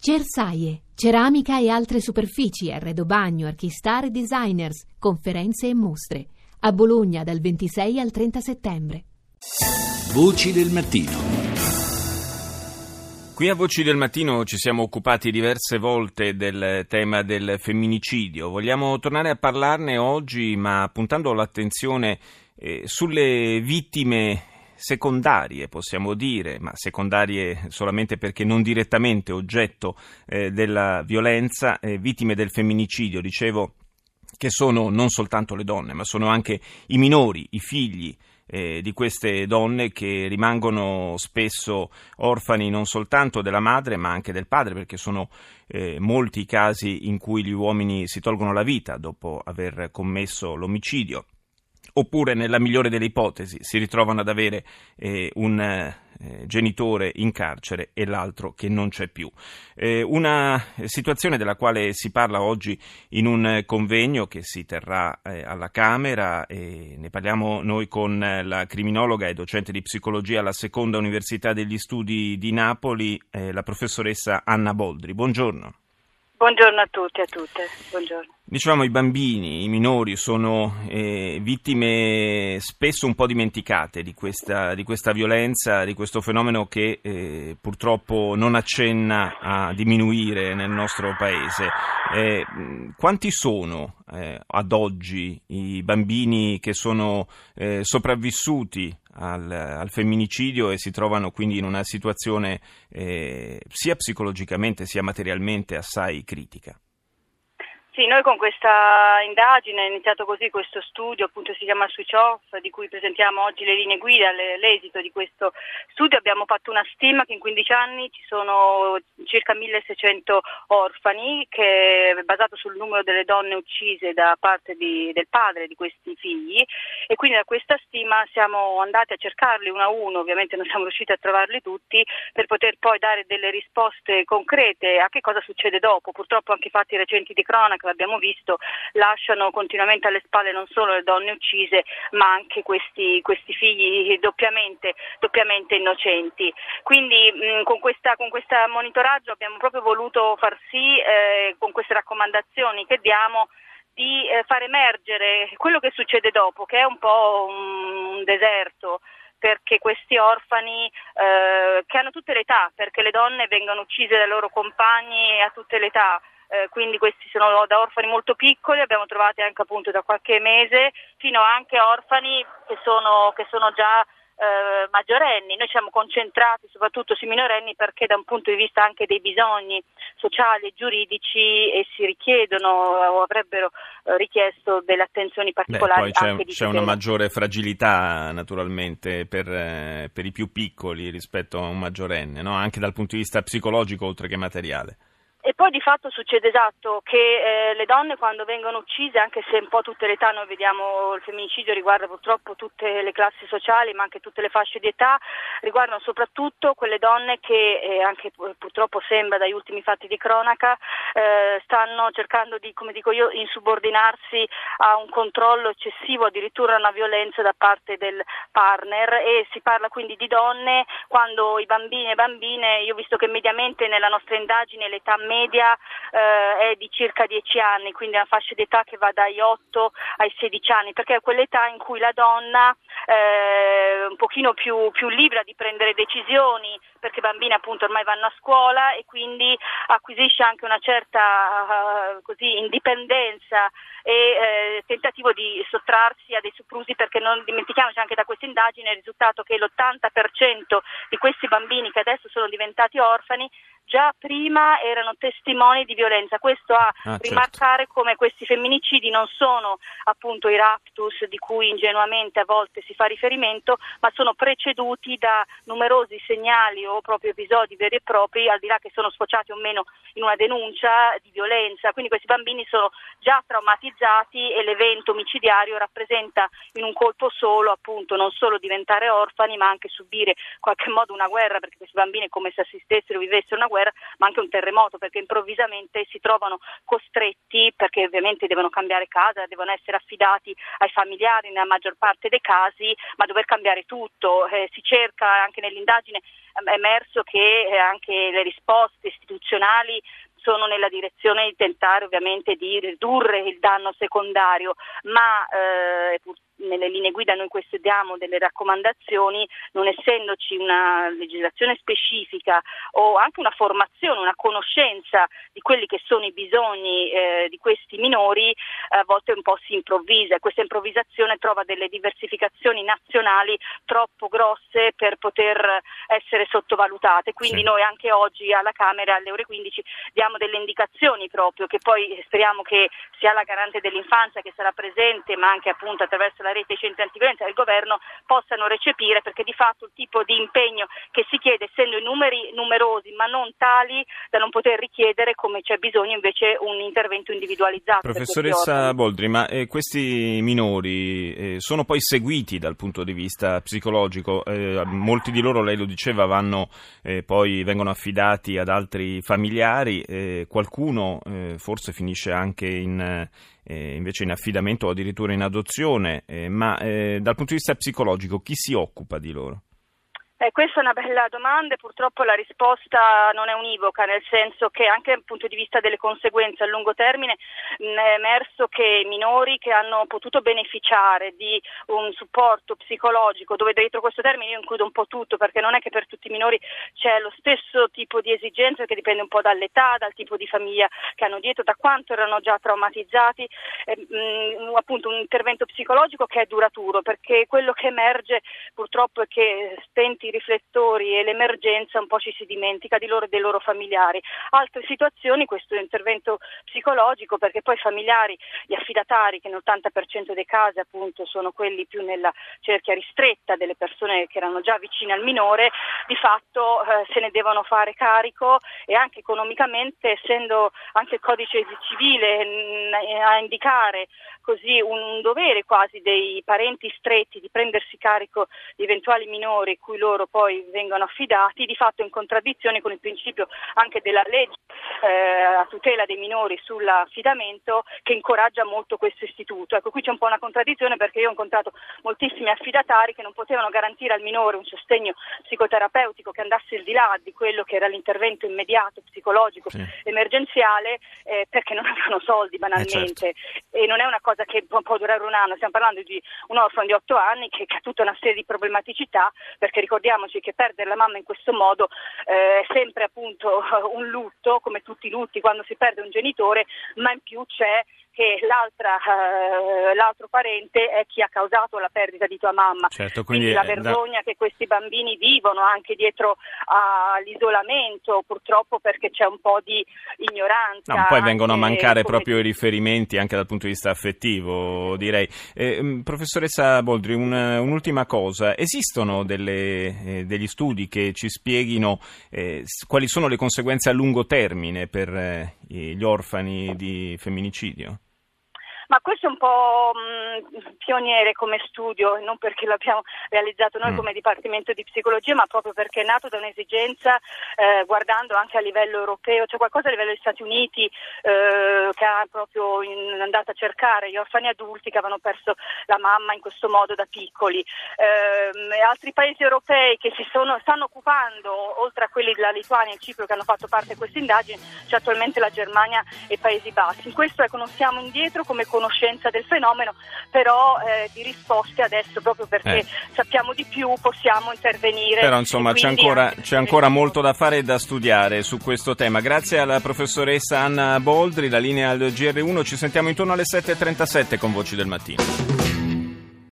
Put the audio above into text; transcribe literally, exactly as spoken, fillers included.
Cersaie, ceramica e altre superfici, arredo bagno, archistar e designers, conferenze e mostre. A Bologna dal ventisei al trenta settembre. Voci del mattino. Qui a Voci del Mattino ci siamo occupati diverse volte del tema del femminicidio. Vogliamo tornare a parlarne oggi, ma puntando l'attenzione eh, sulle vittime secondarie, possiamo dire, ma secondarie solamente perché non direttamente oggetto eh, della violenza, eh, vittime del femminicidio, dicevo, che sono non soltanto le donne, ma sono anche i minori, i figli eh, di queste donne che rimangono spesso orfani non soltanto della madre, ma anche del padre, perché sono eh, molti i casi in cui gli uomini si tolgono la vita dopo aver commesso l'omicidio. Oppure, nella migliore delle ipotesi, si ritrovano ad avere eh, un eh, genitore in carcere e l'altro che non c'è più. Eh, una situazione della quale si parla oggi in un convegno che si terrà eh, alla Camera, e ne parliamo noi con la criminologa e docente di psicologia alla Seconda Università degli Studi di Napoli, eh, la professoressa Anna Boldri. Buongiorno. Buongiorno a tutti e a tutte. Buongiorno. Dicevamo, i bambini, i minori sono eh, vittime spesso un po' dimenticate di questa, di questa violenza, di questo fenomeno che eh, purtroppo non accenna a diminuire nel nostro paese. Eh, quanti sono eh, ad oggi i bambini che sono eh, sopravvissuti al, al femminicidio e si trovano quindi in una situazione eh, sia psicologicamente sia materialmente assai critica? Sì, noi con questa indagine, è iniziato così questo studio, appunto si chiama Switch Off, di cui presentiamo oggi le linee guida, le, l'esito di questo studio. Abbiamo fatto una stima che in quindici anni ci sono circa milleseicento orfani, che è basato sul numero delle donne uccise da parte di, del padre di questi figli, e quindi da questa stima siamo andati a cercarli uno a uno, ovviamente non siamo riusciti a trovarli tutti, per poter poi dare delle risposte concrete a che cosa succede dopo. Purtroppo anche i fatti recenti di cronaca che abbiamo visto lasciano continuamente alle spalle non solo le donne uccise, ma anche questi, questi figli doppiamente, doppiamente innocenti. Quindi mh, con questa con questo monitoraggio abbiamo proprio voluto far sì, eh, con queste raccomandazioni che diamo, di eh, far emergere quello che succede dopo, che è un po' un, un deserto, perché questi orfani eh, che hanno tutte le età, perché le donne vengono uccise dai loro compagni a tutte le età. Eh, quindi questi sono da orfani molto piccoli, abbiamo trovati anche appunto da qualche mese, fino anche a orfani che sono, che sono già eh, maggiorenni. Noi siamo concentrati soprattutto sui minorenni perché da un punto di vista anche dei bisogni sociali e giuridici essi richiedono o avrebbero eh, richiesto delle attenzioni particolari. Beh, poi c'è, anche di c'è una maggiore fragilità naturalmente per, eh, per i più piccoli rispetto a un maggiorenne, no? Anche dal punto di vista psicologico oltre che materiale. E poi di fatto succede esatto che eh, le donne quando vengono uccise, anche se un po' tutte le età, noi vediamo il femminicidio riguarda purtroppo tutte le classi sociali ma anche tutte le fasce di età, riguardano soprattutto quelle donne che eh, anche purtroppo sembra dagli ultimi fatti di cronaca eh, stanno cercando di, come dico io, insubordinarsi a un controllo eccessivo, addirittura a una violenza da parte del partner, e si parla quindi di donne quando i bambini e bambine, io ho visto che mediamente nella nostra indagine l'età media eh, è di circa dieci anni, quindi una fascia d'età che va dagli otto ai sedici anni, perché è quell'età in cui la donna eh, un pochino più, più libera di prendere decisioni, perché i bambini appunto ormai vanno a scuola e quindi acquisisce anche una certa uh, così indipendenza e eh, tentativo di sottrarsi a dei soprusi, perché non dimentichiamoci anche da questa indagine il risultato che l'ottanta per cento di questi bambini che adesso sono diventati orfani già prima erano testimoni di violenza. Questo a ah, rimarcare certo. come questi femminicidi non sono appunto i raptus di cui ingenuamente a volte si fa riferimento, ma sono preceduti da numerosi segnali o proprio episodi veri e propri, al di là che sono sfociati o meno in una denuncia di violenza. Quindi questi bambini sono già traumatizzati traumatizzati e l'evento micidiario rappresenta in un colpo solo appunto non solo diventare orfani ma anche subire in qualche modo una guerra, perché questi bambini è come se assistessero, vivessero una guerra, ma anche un terremoto, perché improvvisamente si trovano costretti, perché ovviamente devono cambiare casa, devono essere affidati ai familiari nella maggior parte dei casi, ma dover cambiare tutto. Eh, si cerca anche nell'indagine, è emerso che eh, anche le risposte istituzionali sono nella direzione di tentare ovviamente di ridurre il danno secondario, ma eh, nelle linee guida noi questo diamo delle raccomandazioni, non essendoci una legislazione specifica o anche una formazione, una conoscenza di quelli che sono i bisogni eh, di questi minori, a volte un po' si improvvisa e questa improvvisazione trova delle diversificazioni nazionali troppo grosse per poter essere sottovalutate, quindi sì. Noi anche oggi alla Camera alle ore quindici diamo delle indicazioni proprio, che poi speriamo che sia la garante dell'infanzia che sarà presente, ma anche appunto attraverso la rete centri antiviolenza del governo possano recepire, perché di fatto il tipo di impegno che si chiede, essendo i numeri numerosi ma non tali da non poter richiedere, come c'è bisogno invece un intervento individualizzato. Professoressa Boldri, ma eh, questi minori eh, sono poi seguiti dal punto di vista psicologico? Eh, molti di loro, lei lo diceva, vanno eh, poi vengono affidati ad altri familiari, eh, qualcuno eh, forse finisce anche in eh, invece in affidamento o addirittura in adozione, eh, ma eh, dal punto di vista psicologico chi si occupa di loro? Eh, questa è una bella domanda e purtroppo la risposta non è univoca, nel senso che anche dal punto di vista delle conseguenze a lungo termine mh, è emerso che minori che hanno potuto beneficiare di un supporto psicologico, dove dentro questo termine io includo un po' tutto, perché non è che per tutti i minori c'è lo stesso tipo di esigenze, che dipende un po' dall'età, dal tipo di famiglia che hanno dietro, da quanto erano già traumatizzati, eh, mh, appunto un intervento psicologico che è duraturo, perché quello che emerge purtroppo è che spenti i riflettori e l'emergenza un po' ci si dimentica di loro e dei loro familiari. Altre situazioni questo intervento psicologico, perché poi i familiari, gli affidatari, che nell'ottanta per cento dei casi appunto sono quelli più nella cerchia ristretta delle persone che erano già vicine al minore, di fatto eh, se ne devono fare carico, e anche economicamente, essendo anche il codice civile mh, a indicare così un, un dovere quasi dei parenti stretti di prendersi carico di eventuali minori cui loro poi vengono affidati, di fatto in contraddizione con il principio anche della legge eh, a tutela dei minori sull'affidamento, che incoraggia molto questo istituto. Ecco, qui c'è un po' una contraddizione, perché io ho incontrato moltissimi affidatari che non potevano garantire al minore un sostegno psicoterapeutico che andasse al di là di quello che era l'intervento immediato psicologico sì. emergenziale, eh, perché non avevano soldi banalmente, eh, certo. E non è una cosa che può, può durare un anno, stiamo parlando di un orfano di otto anni che, che ha tutta una serie di problematicità, perché ricordiamoci che perdere la mamma in questo modo eh, è sempre appunto un lutto, come tutti i lutti quando si perde un genitore, ma in più c'è che l'altra, uh, l'altro parente è chi ha causato la perdita di tua mamma. Certo, quindi, quindi la vergogna da... che questi bambini vivono anche dietro all'isolamento, purtroppo, perché c'è un po' di ignoranza. No, poi vengono a mancare come... proprio i riferimenti anche dal punto di vista affettivo, direi. Eh, professoressa Boldri, un, un'ultima cosa. Esistono delle, eh, degli studi che ci spieghino eh, quali sono le conseguenze a lungo termine per eh, gli orfani di femminicidio? Ma questo è un po' mh, pioniere come studio, non perché l'abbiamo realizzato noi mm. come Dipartimento di Psicologia, ma proprio perché è nato da un'esigenza, eh, guardando anche a livello europeo, c'è qualcosa a livello degli Stati Uniti eh, che ha proprio in, andato a cercare gli orfani adulti che avevano perso la mamma in questo modo da piccoli. Eh, altri paesi europei che si sono, stanno occupando, oltre a quelli della Lituania e Cipro che hanno fatto parte di questa indagine, c'è attualmente la Germania e i Paesi Bassi. In questo ecco, non siamo indietro come conoscenza del fenomeno, però eh, di risposte adesso, proprio perché eh. sappiamo di più, possiamo intervenire. Però insomma c'è ancora, c'è ancora molto da fare e da studiare su questo tema. Grazie alla professoressa Anna Boldri, la linea al G R uno, ci sentiamo intorno alle sette e trentasette con Voci del Mattino.